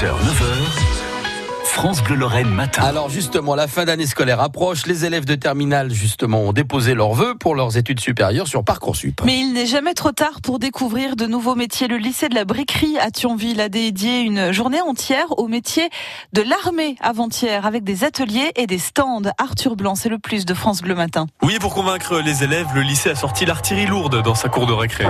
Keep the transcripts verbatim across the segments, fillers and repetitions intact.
six heures neuf heures, France Bleu Lorraine matin. Alors justement, la fin d'année scolaire approche. Les élèves de terminale justement ont déposé leurs vœux pour leurs études supérieures sur Parcoursup. Mais il n'est jamais trop tard pour découvrir de nouveaux métiers. Le lycée de la Briquerie à Thionville a dédié une journée entière au métier de l'armée avant-hier avec des ateliers et des stands. Arthur Blanc, c'est le plus de France Bleu matin. Oui, pour convaincre les élèves, le lycée a sorti l'artillerie lourde dans sa cour de récré.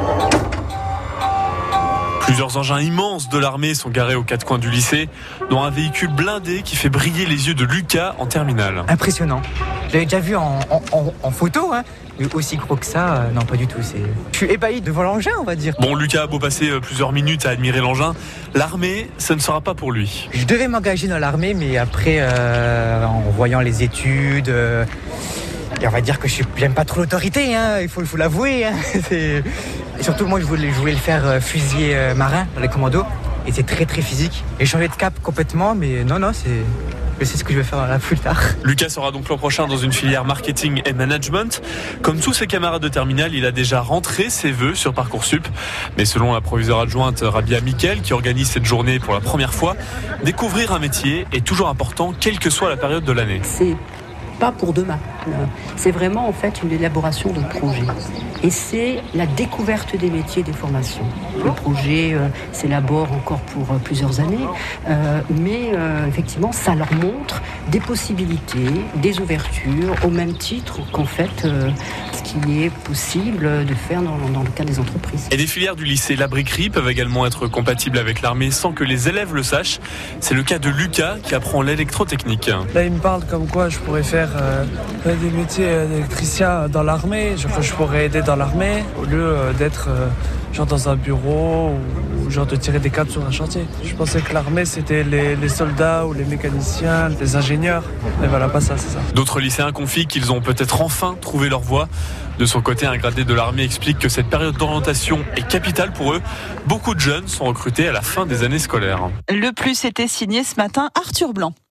Plusieurs engins immenses de l'armée sont garés aux quatre coins du lycée, dont un véhicule blindé qui fait briller les yeux de Lucas en terminale. Impressionnant. J'avais déjà vu en, en, en, en photo, hein, mais aussi gros que ça, euh, non pas du tout. C'est... Je suis ébahi devant l'engin, on va dire. Bon, Lucas a beau passer plusieurs minutes à admirer l'engin, l'armée, ça ne sera pas pour lui. Je devais m'engager dans l'armée, mais après, euh, en voyant les études... Euh, Et on va dire que je n'aime pas trop l'autorité, hein, il faut, il faut l'avouer. Hein. C'est... Et surtout, moi, je voulais, je voulais le faire euh, fusilier euh, marin dans les commandos. Et c'est très, très physique. Et changer de cap complètement, mais non, non, c'est... je sais ce que je vais faire là plus tard. Lucas sera donc l'an prochain dans une filière marketing et management. Comme tous ses camarades de terminale, il a déjà rentré ses vœux sur Parcoursup. Mais selon la proviseure adjointe Rabia Mikel, qui organise cette journée pour la première fois, découvrir un métier est toujours important, quelle que soit la période de l'année. C'est pas pour demain. C'est vraiment en fait une élaboration de projet. Et c'est la découverte des métiers et des formations. Le projet euh, s'élabore encore pour euh, plusieurs années, euh, mais euh, effectivement, ça leur montre des possibilités, des ouvertures, au même titre qu'en fait, euh, ce qui est possible de faire dans, dans le cas des entreprises. Et les filières du lycée La Briquerie peuvent également être compatibles avec l'armée sans que les élèves le sachent. C'est le cas de Lucas qui apprend l'électrotechnique. Là, il me parle comme quoi je pourrais faire euh, des métiers d'électricien dans l'armée. Je, je pourrais aider dans l'armée au lieu euh, d'être euh, genre dans un bureau ou genre de tirer des câbles sur un chantier. Je pensais que l'armée c'était les, les soldats ou les mécaniciens, les ingénieurs. Mais voilà, pas ça, c'est ça. D'autres lycéens confient qu'ils ont peut-être enfin trouvé leur voie. De son côté, un gradé de l'armée explique que cette période d'orientation est capitale pour eux. Beaucoup de jeunes sont recrutés à la fin des années scolaires. Le plus était signé ce matin Arthur Blanc.